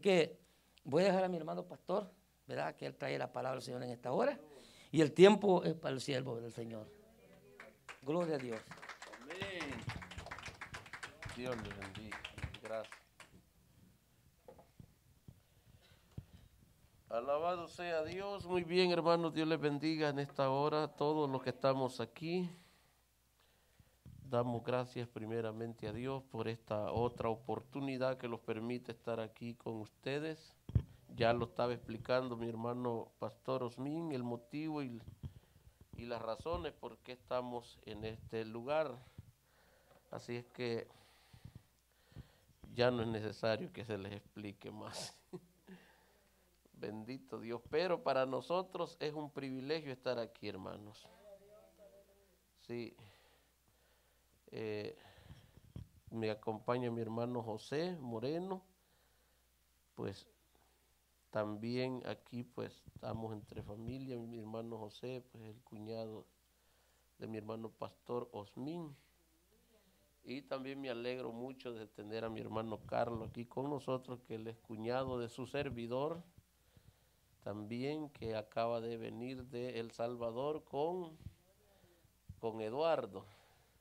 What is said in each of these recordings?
que voy a dejar a mi hermano pastor, ¿verdad? Que él trae la palabra del Señor en esta hora. Y el tiempo es para el siervo del Señor. Gloria a Dios. Amén. Dios le bendiga. Gracias. Alabado sea Dios. Muy bien, hermanos. Dios les bendiga en esta hora. Todos los que estamos aquí. Damos gracias primeramente a Dios por esta otra oportunidad que nos permite estar aquí con ustedes. Ya lo estaba explicando mi hermano Pastor Osmin, el motivo y las razones por qué estamos en este lugar. Así es que ya no es necesario que se les explique más. Bendito Dios. Pero para nosotros es un privilegio estar aquí, hermanos. Sí. Me acompaña mi hermano José Moreno. Pues también aquí pues estamos entre familia. Mi hermano José, pues el cuñado de mi hermano Pastor Osmin. Y también me alegro mucho de tener a mi hermano Carlos aquí con nosotros, que él es cuñado de su servidor, también que acaba de venir de El Salvador con Gerardo,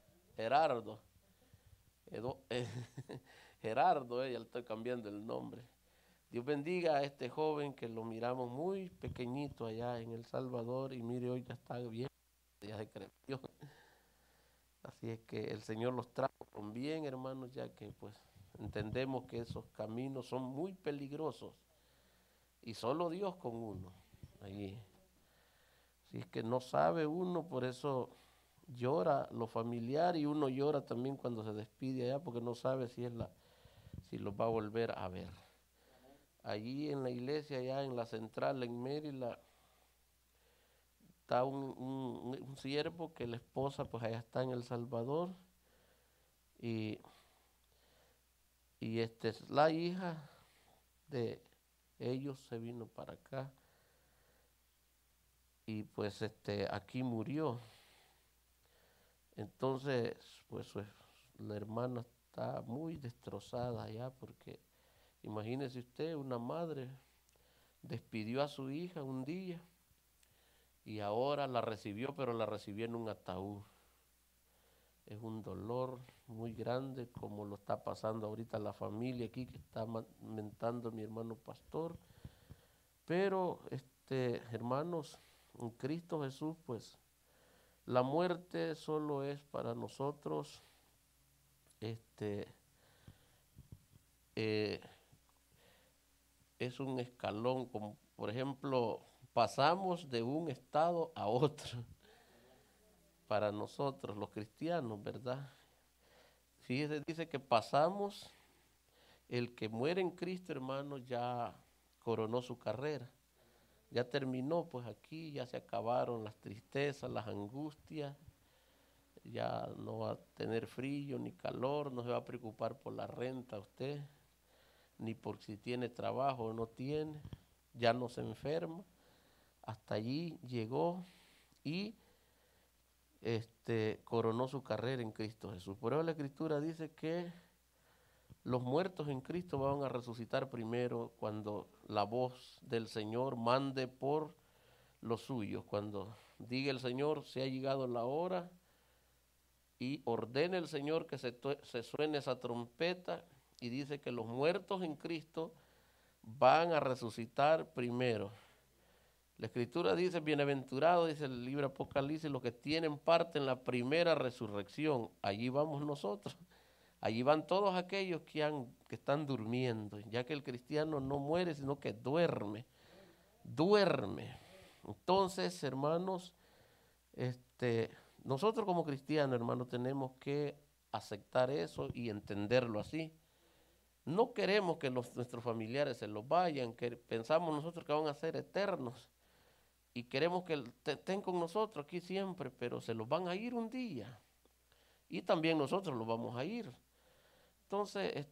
Gerardo, ya le estoy cambiando el nombre. Dios bendiga a este joven que lo miramos muy pequeñito allá en El Salvador y mire, hoy ya está bien, ya se creció. Así es que el Señor los trajo con bien, hermanos, ya que pues entendemos que esos caminos son muy peligrosos y solo Dios con uno allí. Así es que no sabe uno, por eso llora lo familiar y uno llora también cuando se despide allá porque no sabe si los va a volver a ver. Allí en la iglesia, allá en la central, en Maryland, está un siervo que la esposa pues allá está en El Salvador y es la hija de ellos, se vino para acá y pues aquí murió. Entonces pues la hermana está muy destrozada ya porque imagínese usted, una madre despidió a su hija un día y ahora la recibió, pero la recibió en un ataúd. Es un dolor muy grande como lo está pasando ahorita la familia aquí que está lamentando mi hermano pastor. Pero, hermanos, en Cristo Jesús, pues, la muerte solo es para nosotros, es un escalón, como por ejemplo, pasamos de un estado a otro para nosotros los cristianos, ¿verdad? Fíjese, dice que pasamos, el que muere en Cristo, hermano, ya coronó su carrera. Ya terminó, pues aquí ya se acabaron las tristezas, las angustias, ya no va a tener frío ni calor, no se va a preocupar por la renta usted, ni por si tiene trabajo o no tiene, ya no se enferma. Hasta allí llegó y coronó su carrera en Cristo Jesús. Por eso la Escritura dice que los muertos en Cristo van a resucitar primero cuando la voz del Señor mande por los suyos, cuando diga el Señor, se ha llegado la hora y ordene el Señor que se suene esa trompeta y dice que los muertos en Cristo van a resucitar primero. La Escritura dice, bienaventurado, dice el libro Apocalipsis, los que tienen parte en la primera resurrección. Allí vamos nosotros. Allí van todos aquellos que están durmiendo, ya que el cristiano no muere, sino que duerme. Entonces, hermanos, nosotros como cristianos, hermanos, tenemos que aceptar eso y entenderlo así. No queremos que nuestros familiares se los vayan, que pensamos nosotros que van a ser eternos y queremos que estén con nosotros aquí siempre, pero se los van a ir un día y también nosotros los vamos a ir. Entonces,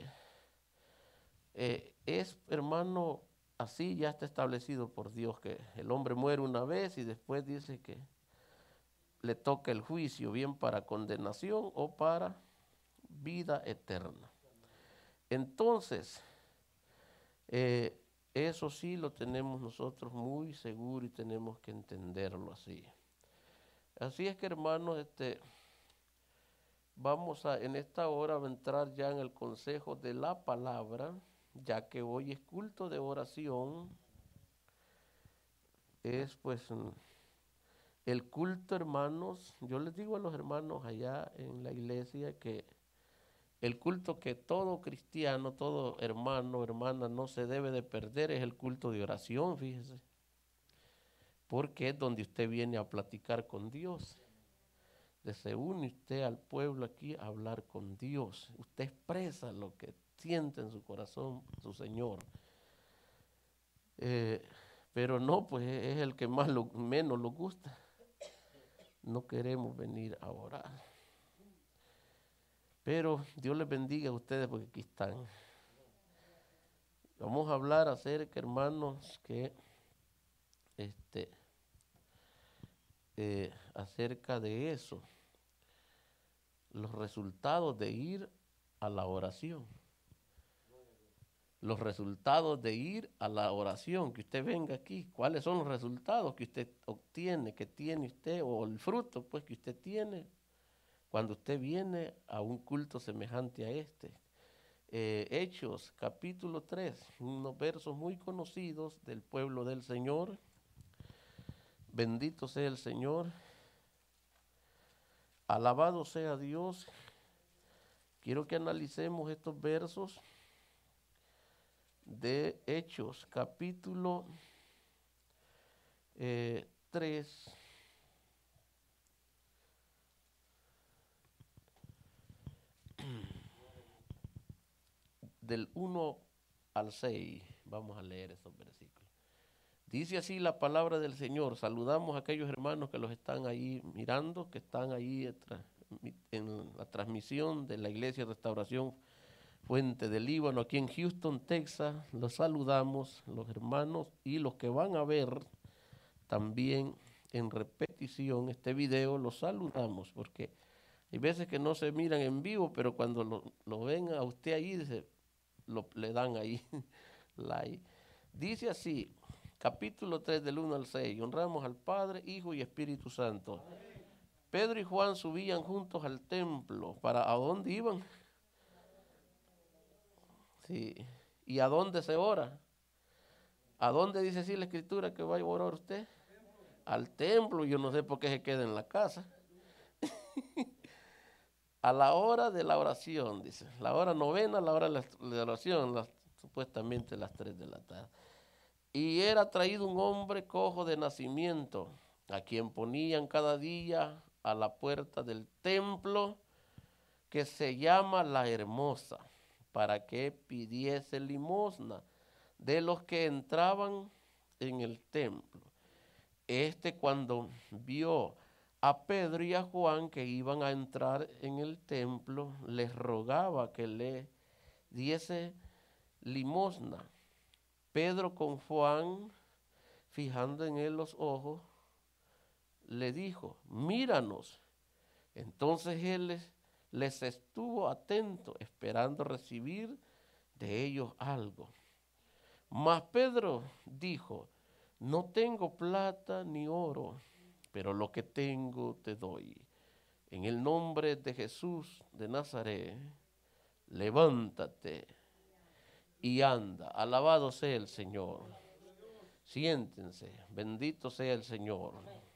es, hermano, así ya está establecido por Dios que el hombre muere una vez y después dice que le toca el juicio, bien para condenación o para vida eterna. Entonces, Eso sí lo tenemos nosotros muy seguro y tenemos que entenderlo así. Así es que, hermanos, vamos a en esta hora a entrar ya en el consejo de la palabra, ya que hoy es culto de oración. Es pues el culto, hermanos, yo les digo a los hermanos allá en la iglesia que el culto que todo cristiano, todo hermano, hermana no se debe de perder es el culto de oración, fíjese. Porque es donde usted viene a platicar con Dios. Se une usted al pueblo aquí a hablar con Dios. Usted expresa lo que siente en su corazón, su Señor. Pero no, pues es el que menos nos gusta. No queremos venir a orar. Pero Dios les bendiga a ustedes porque aquí están. Vamos a hablar acerca, hermanos, que acerca de eso, los resultados de ir a la oración. Los resultados de ir a la oración, que usted venga aquí, ¿cuáles son los resultados que usted obtiene, que tiene usted, o el fruto pues que usted tiene cuando usted viene a un culto semejante a este? Hechos, capítulo 3, unos versos muy conocidos del pueblo del Señor. Bendito sea el Señor. Alabado sea Dios. Quiero que analicemos estos versos de Hechos, capítulo 3. Del 1 al 6. Vamos a leer estos versículos. Dice así la palabra del Señor. Saludamos a aquellos hermanos que los están ahí mirando, que están ahí en la transmisión de la Iglesia Restauración Fuente del Líbano, aquí en Houston, Texas. Los saludamos, los hermanos, y los que van a ver también en repetición este video, los saludamos, porque hay veces que no se miran en vivo, pero cuando lo ven a usted ahí, le dan ahí like. Dice así, capítulo 3 del 1 al 6, honramos al Padre, Hijo y Espíritu Santo. Pedro y Juan subían juntos al templo. ¿A dónde iban? Sí. ¿Y a dónde se ora? ¿A dónde dice así la Escritura que va a orar usted? Al templo. Yo no sé por qué se queda en la casa. A la hora de la oración, dice. La hora novena, la hora de la oración, supuestamente las 3 de la tarde. Y era traído un hombre cojo de nacimiento, a quien ponían cada día a la puerta del templo, que se llama La Hermosa, para que pidiese limosna de los que entraban en el templo. Cuando vio a Pedro y a Juan que iban a entrar en el templo, les rogaba que le diese limosna. Pedro con Juan, fijando en él los ojos, le dijo, míranos. Entonces él les estuvo atento, esperando recibir de ellos algo. Mas Pedro dijo, no tengo plata ni oro, pero lo que tengo te doy. En el nombre de Jesús de Nazaret, levántate y anda. Alabado sea el Señor. Siéntense, bendito sea el Señor.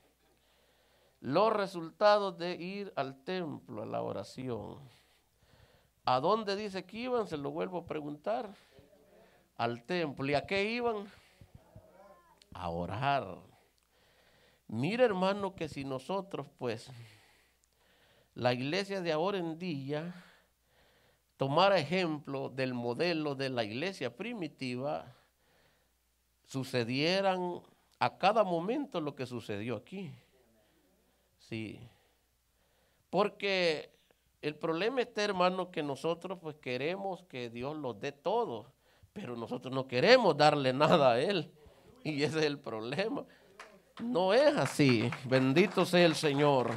Los resultados de ir al templo, a la oración. ¿A dónde dice que iban? Se lo vuelvo a preguntar. Al templo. ¿Y a qué iban? A orar. Mira, hermano, que si nosotros, pues, la iglesia de ahora en día, tomara ejemplo del modelo de la iglesia primitiva, sucedieran a cada momento lo que sucedió aquí. Sí. Porque el problema está, hermano, que nosotros pues queremos que Dios los dé todo, pero nosotros no queremos darle nada a Él. Y ese es el problema. No es así. Bendito sea el Señor.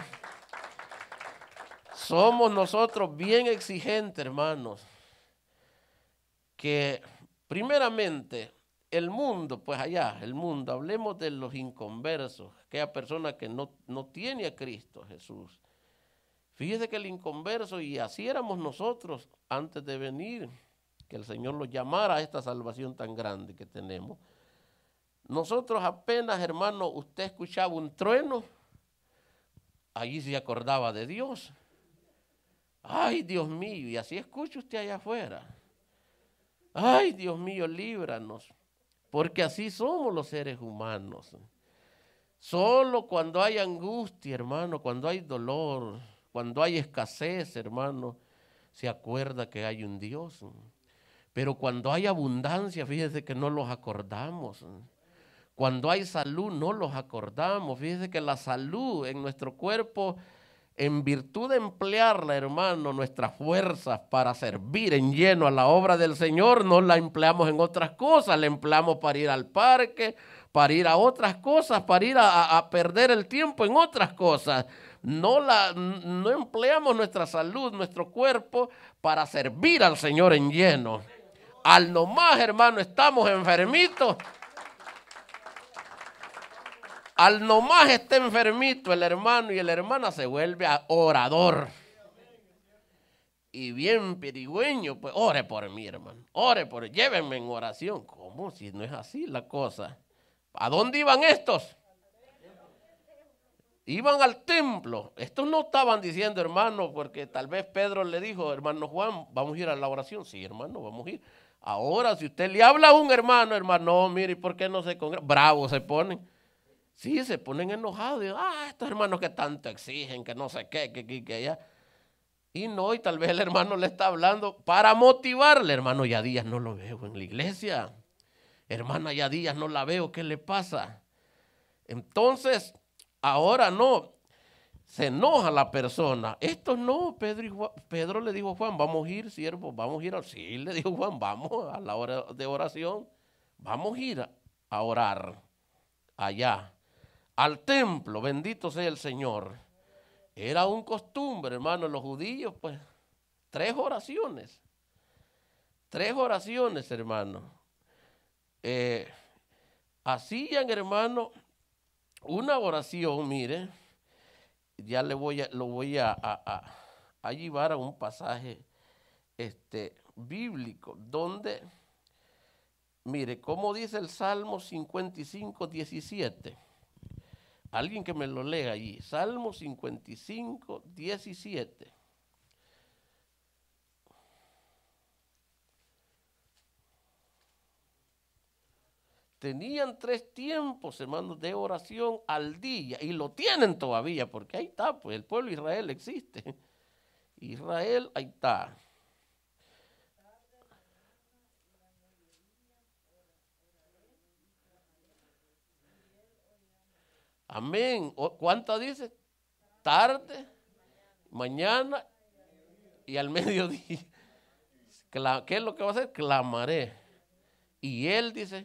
Somos nosotros bien exigentes, hermanos, que Primeramente, el mundo, pues allá, el mundo, hablemos de los inconversos, aquella persona que no tiene a Cristo Jesús. Fíjese que el inconverso, y así éramos nosotros antes de venir, que el Señor los llamara a esta salvación tan grande que tenemos. Nosotros apenas, hermano, usted escuchaba un trueno, allí se acordaba de Dios. Ay, Dios mío, y así escucha usted allá afuera. Ay, Dios mío, líbranos, porque así somos los seres humanos. Solo cuando hay angustia, hermano, cuando hay dolor, cuando hay escasez, hermano, se acuerda que hay un Dios. Pero cuando hay abundancia, fíjese que no los acordamos. Cuando hay salud, no los acordamos. Fíjese que la salud en nuestro cuerpo, en virtud de emplearla, hermano, nuestras fuerzas para servir en lleno a la obra del Señor, no la empleamos en otras cosas, la empleamos para ir al parque, para ir a otras cosas, para ir a perder el tiempo en otras cosas. No empleamos nuestra salud, nuestro cuerpo, para servir al Señor en lleno. Al nomás, hermano, estamos enfermitos. Al nomás esté enfermito el hermano y la hermana, se vuelve orador. Y bien pirigüeño, pues ore por mí, hermano. Ore por mí, llévenme en oración. ¿Cómo? Si no es así la cosa. ¿A dónde iban estos? Iban al templo. Estos no estaban diciendo, hermano, porque tal vez Pedro le dijo, hermano Juan, vamos a ir a la oración. Sí, hermano, vamos a ir. Ahora, si usted le habla a un hermano, no, mire, ¿por qué no se congrega? Bravos se ponen. Sí, se ponen enojados. Dicen, estos hermanos que tanto exigen, que no sé qué, que allá. Y no, y tal vez el hermano le está hablando para motivarle. Hermano, ya días no lo veo en la iglesia. Hermana, ya días no la veo, ¿qué le pasa? Entonces, ahora no, se enoja la persona. Esto no, Pedro le dijo a Juan, vamos a ir, siervo, vamos a ir. Sí, le dijo Juan, vamos a la hora de oración, vamos a ir a orar allá, al templo, bendito sea el Señor. Era un costumbre, hermano, los judíos, pues, 3 oraciones. 3 oraciones, hermano. Hacían, hermano, una oración, mire, ya lo voy a llevar a un pasaje bíblico, donde, mire, como dice el Salmo 55, 17. Alguien que me lo lea allí. Salmo 55, 17. Tenían 3 tiempos, hermanos, de oración al día. Y lo tienen todavía, porque ahí está, pues el pueblo de Israel existe. Israel, ahí está. Amén. ¿Cuántas dice? Tarde, mañana y al mediodía. ¿Qué es lo que va a hacer? Clamaré. Y él dice,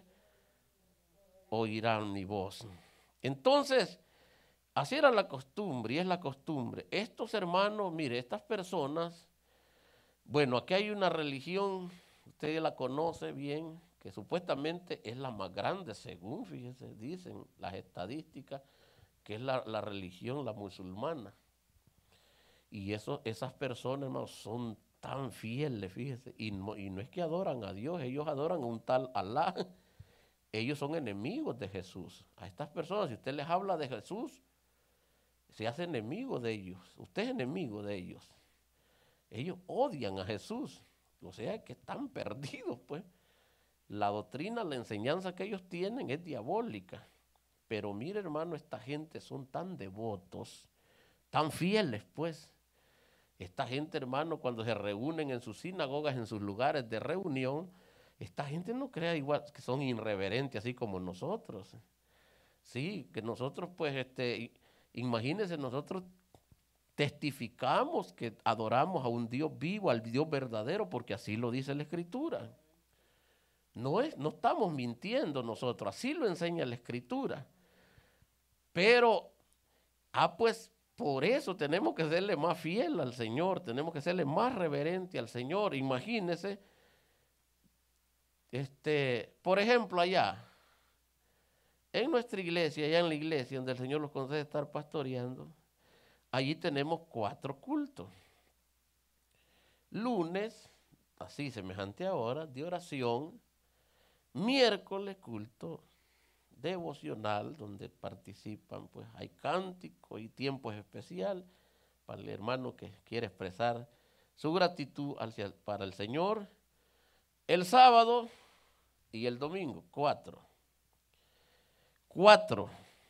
oirán mi voz. Entonces, así era la costumbre y es la costumbre. Estos hermanos, mire, estas personas, bueno, aquí hay una religión, usted la conoce bien, que supuestamente es la más grande, según, fíjense, dicen las estadísticas, que es la religión, la musulmana. Y esas personas, hermanos, son tan fieles, fíjense, y no es que adoran a Dios, ellos adoran a un tal Alá. Ellos son enemigos de Jesús. A estas personas, si usted les habla de Jesús, se hace enemigo de ellos. Usted es enemigo de ellos. Ellos odian a Jesús. O sea que están perdidos, pues. La doctrina, la enseñanza que ellos tienen es diabólica. Pero mire, hermano, esta gente son tan devotos, tan fieles, pues. Esta gente, hermano, cuando se reúnen en sus sinagogas, en sus lugares de reunión, esta gente no crea igual que son irreverentes así como nosotros. Sí, que nosotros pues imagínense, nosotros testificamos que adoramos a un Dios vivo, al Dios verdadero, porque así lo dice la Escritura. No estamos mintiendo nosotros, así lo enseña la Escritura. Pero, pues por eso tenemos que serle más fiel al Señor, tenemos que serle más reverente al Señor. Imagínense, Por ejemplo, allá, en nuestra iglesia, allá en la iglesia donde el Señor nos concede estar pastoreando, allí tenemos 4 cultos. Lunes, así semejante ahora, de oración. Miércoles, culto devocional, donde participan, pues hay cántico y tiempos especial para el hermano que quiere expresar su gratitud para el Señor. El sábado y el domingo, 4. 4.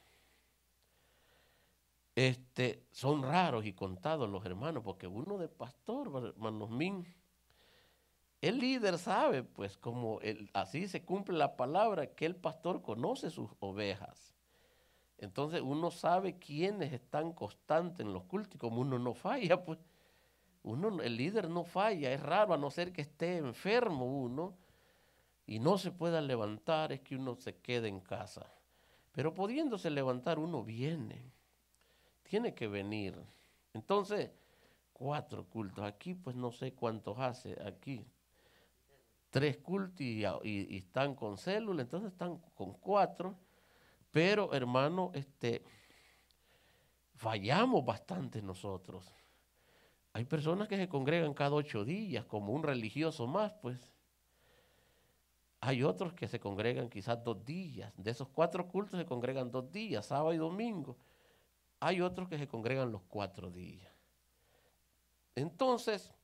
Son raros y contados los hermanos, porque uno de pastor, hermanos míos, el líder sabe, pues, como así se cumple la palabra, que el pastor conoce sus ovejas. Entonces uno sabe quiénes están constantes en los cultos, y como uno no falla, pues, el líder no falla, es raro a no ser que esté enfermo uno y no se pueda levantar, es que uno se quede en casa. Pero pudiéndose levantar uno viene, tiene que venir. Entonces, 4 cultos, aquí pues no sé cuántos hace, aquí 3 cultos y están con célula, entonces están con 4, pero hermano, fallamos bastante nosotros. Hay personas que se congregan cada 8 días, como un religioso más, pues. Hay otros que se congregan quizás 2 días. De esos 4 cultos se congregan 2 días, sábado y domingo. Hay otros que se congregan los 4 días. Entonces,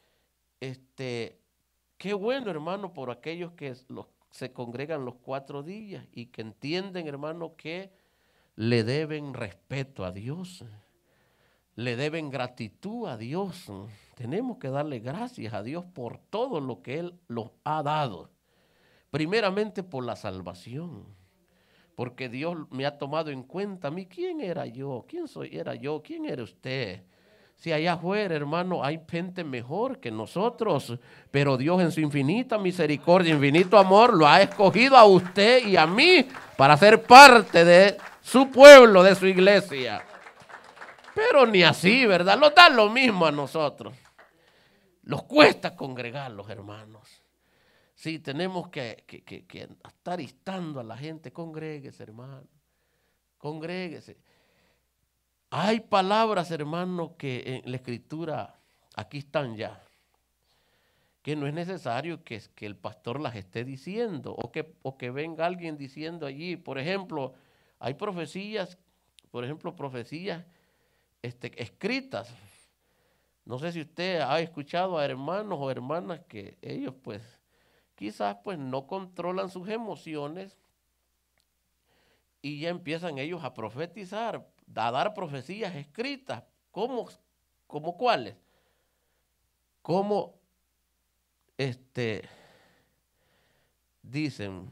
qué bueno, hermano, por aquellos que se congregan los 4 días y que entienden, hermano, que le deben respeto a Dios, le deben gratitud a Dios. Tenemos que darle gracias a Dios por todo lo que Él nos ha dado. Primeramente por la salvación, porque Dios me ha tomado en cuenta a mí. ¿Quién era yo? ¿Quién era yo? ¿Quién era usted? Si allá afuera, hermano, hay gente mejor que nosotros, pero Dios en su infinita misericordia, infinito amor, lo ha escogido a usted y a mí para ser parte de su pueblo, de su iglesia. Pero ni así, ¿verdad? Nos da lo mismo a nosotros. Nos cuesta congregar los hermanos. Sí, tenemos que estar instando a la gente, congréguese, hermano, congréguese. Hay palabras, hermano, que en la Escritura, aquí están ya, que no es necesario que el pastor las esté diciendo, o que venga alguien diciendo allí. Por ejemplo, hay profecías, escritas. No sé si usted ha escuchado a hermanos o hermanas que ellos, pues, quizás pues no controlan sus emociones y ya empiezan ellos a profetizar, a dar profecías escritas. ¿Cómo cuáles? Como dicen,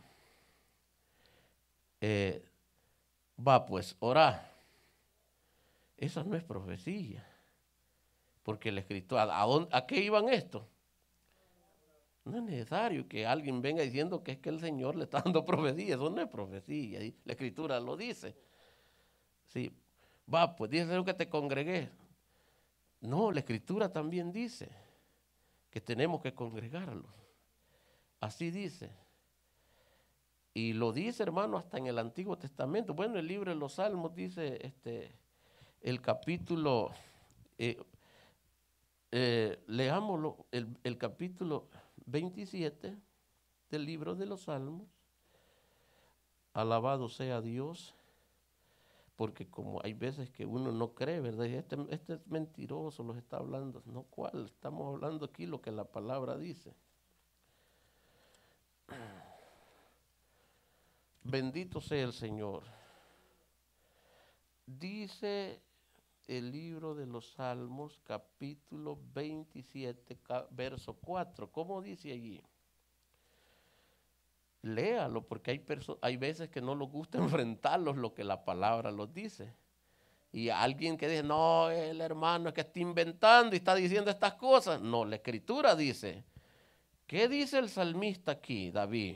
va pues, orá. Esa no es profecía. Porque el escritor, ¿a qué iban estos? No es necesario que alguien venga diciendo que es que el Señor le está dando profecía. Eso no es profecía. La Escritura lo dice. Sí. Va, pues dice que te congregué. No, la Escritura también dice que tenemos que congregarlos. Así dice. Y lo dice, hermano, hasta en el Antiguo Testamento. Bueno, el libro de los Salmos dice, el capítulo, leámoslo, el capítulo 27 del libro de los Salmos. Alabado sea Dios, porque como hay veces que uno no cree, ¿verdad? Este es mentiroso, los está hablando. No, ¿cuál? Estamos hablando aquí lo que la palabra dice. Bendito sea el Señor. Dice el libro de los Salmos, capítulo 27, verso 4. ¿Cómo dice allí? Léalo, porque hay veces que no les gusta enfrentarlos lo que la palabra los dice. Y alguien que dice, no, el hermano es que está inventando y está diciendo estas cosas. No, la Escritura dice. ¿Qué dice el salmista aquí, David?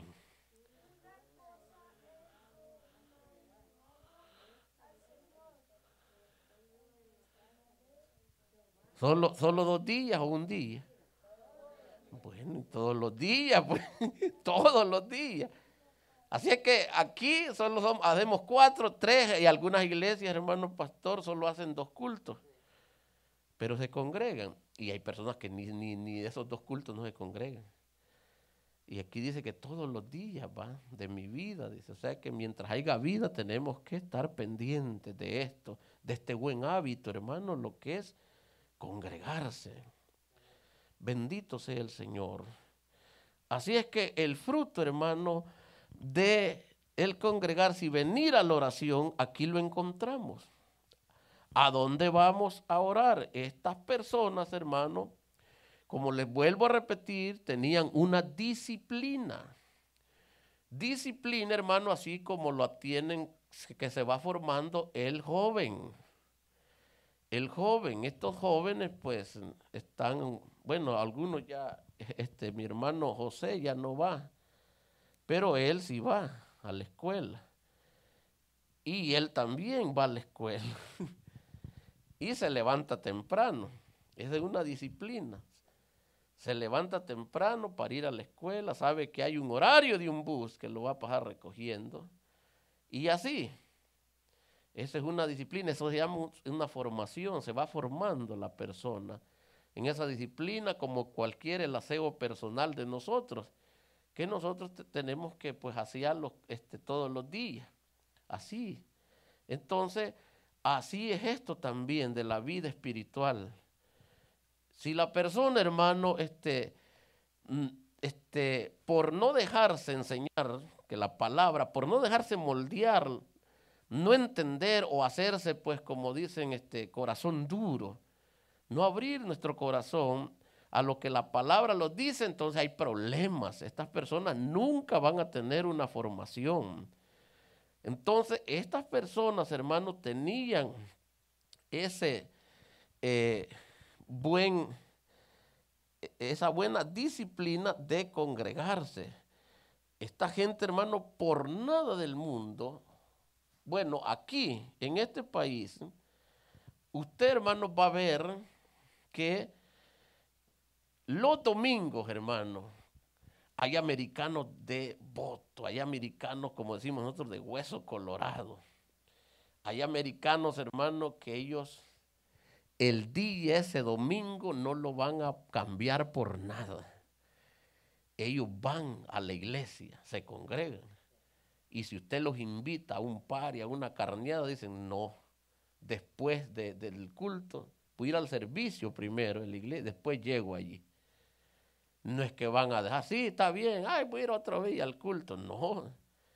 ¿Solo 2 días o un día? Bueno, todos los días, pues, todos los días. Así es que aquí solo hacemos 4, 3 y algunas iglesias, hermano pastor, solo hacen 2 cultos. Pero se congregan. Y hay personas que ni esos 2 cultos no se congregan. Y aquí dice que todos los días va de mi vida. Dice, o sea que mientras haya vida tenemos que estar pendientes de esto, de este buen hábito, hermano, lo que es congregarse. Bendito sea el Señor. Así es que el fruto, hermano, de el congregarse y venir a la oración, aquí lo encontramos. ¿A dónde vamos a orar? Estas personas, hermano, como les vuelvo a repetir, tenían una disciplina. Disciplina, hermano, así como lo tienen, que se va formando el joven. El joven, estos jóvenes pues están, bueno, algunos ya, mi hermano José ya no va, pero él sí va a la escuela. Y él también va a la escuela. Y se levanta temprano. Es de una disciplina. Se levanta temprano para ir a la escuela, sabe que hay un horario de un bus que lo va a pasar recogiendo. Y así. Esa es una disciplina, eso se llama una formación, se va formando la persona en esa disciplina como cualquier el aseo personal de nosotros, que nosotros tenemos que pues hacerlo todos los días, así. Entonces, así es esto también de la vida espiritual. Si la persona, hermano, por no dejarse enseñar, que la palabra, por no dejarse moldear, no entender o hacerse, pues como dicen, corazón duro, no abrir nuestro corazón a lo que la palabra nos dice, entonces hay problemas. Estas personas nunca van a tener una formación. Entonces, estas personas, hermanos, tenían ese esa buena disciplina de congregarse. Esta gente, hermano, por nada del mundo, bueno, aquí, en este país, usted, hermano, va a ver que los domingos, hermano, hay americanos de voto, hay americanos, como decimos nosotros, de hueso colorado. Hay americanos, hermano, que ellos el día ese domingo no lo van a cambiar por nada. Ellos van a la iglesia, se congregan. Y si usted los invita a un party, a una carneada, dicen no. Después del culto, voy a ir al servicio primero en la iglesia, después llego allí. No es que van a dejar, sí, está bien, ay, voy a ir otro día al culto. No.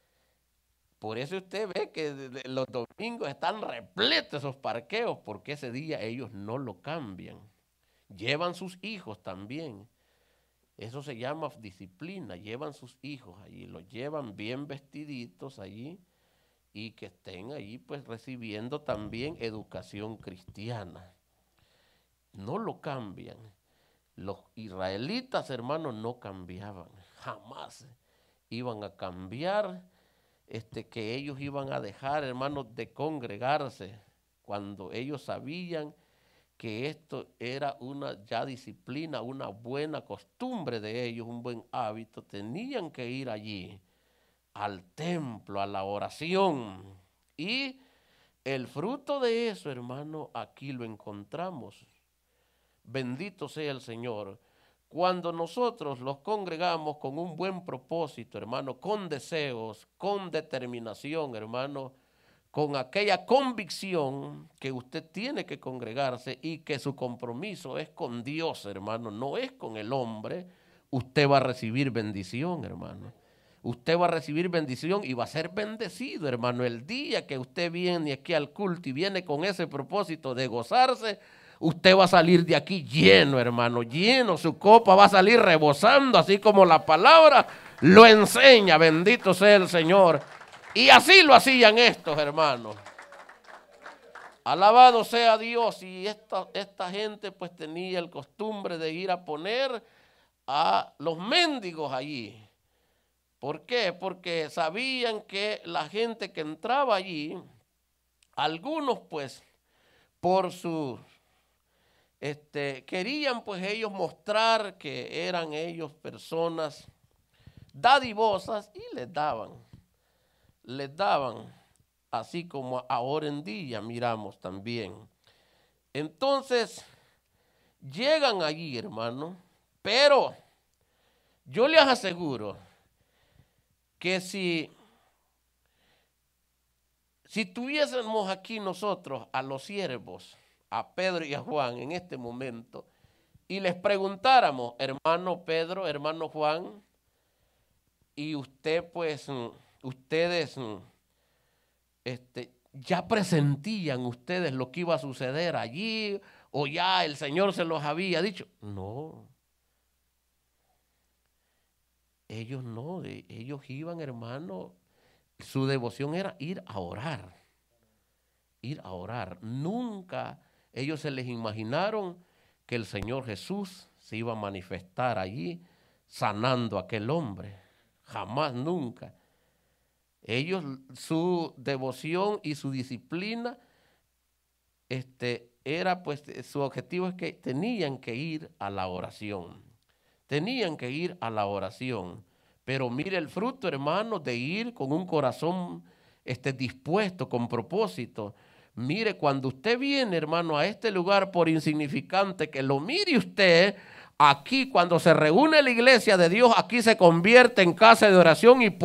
Por eso usted ve que los domingos están repletos esos parqueos, porque ese día ellos no lo cambian. Llevan sus hijos también. Eso se llama disciplina, llevan sus hijos allí, los llevan bien vestiditos allí y que estén allí pues recibiendo también educación cristiana. No lo cambian. Los israelitas, hermanos, no cambiaban, jamás iban a cambiar, que ellos iban a dejar, hermanos, de congregarse cuando ellos sabían que esto era una ya disciplina, una buena costumbre de ellos, un buen hábito. Tenían que ir allí al templo, a la oración. Y el fruto de eso, hermano, aquí lo encontramos. Bendito sea el Señor. Cuando nosotros los congregamos con un buen propósito, hermano, con deseos, con determinación, hermano, con aquella convicción que usted tiene que congregarse y que su compromiso es con Dios, hermano, no es con el hombre, usted va a recibir bendición, hermano. Usted va a recibir bendición y va a ser bendecido, hermano. El día que usted viene aquí al culto y viene con ese propósito de gozarse, usted va a salir de aquí lleno, hermano, lleno. Su copa va a salir rebosando, así como la palabra lo enseña. Bendito sea el Señor. Y así lo hacían estos, hermanos. Alabado sea Dios. Y esta gente pues tenía el costumbre de ir a poner a los mendigos allí. ¿Por qué? Porque sabían que la gente que entraba allí, algunos pues por su querían pues ellos mostrar que eran ellos personas dadivosas y les daban, así como ahora en día miramos también. Entonces, llegan allí, hermano, pero yo les aseguro que si tuviésemos aquí nosotros a los siervos, a Pedro y a Juan en este momento, y les preguntáramos, hermano Pedro, hermano Juan, y usted pues, ustedes ya presentían ustedes lo que iba a suceder allí, o ya el Señor se los había dicho. No. Ellos no, ellos iban, hermano, su devoción era ir a orar. Ir a orar. Nunca ellos se les imaginaron que el Señor Jesús se iba a manifestar allí sanando a aquel hombre. Jamás, nunca. Ellos, su devoción y su disciplina, era pues, su objetivo es que tenían que ir a la oración. Tenían que ir a la oración. Pero mire el fruto, hermano, de ir con un corazón dispuesto, con propósito. Mire, cuando usted viene, hermano, a este lugar, por insignificante que lo mire usted, aquí cuando se reúne la iglesia de Dios, aquí se convierte en casa de oración y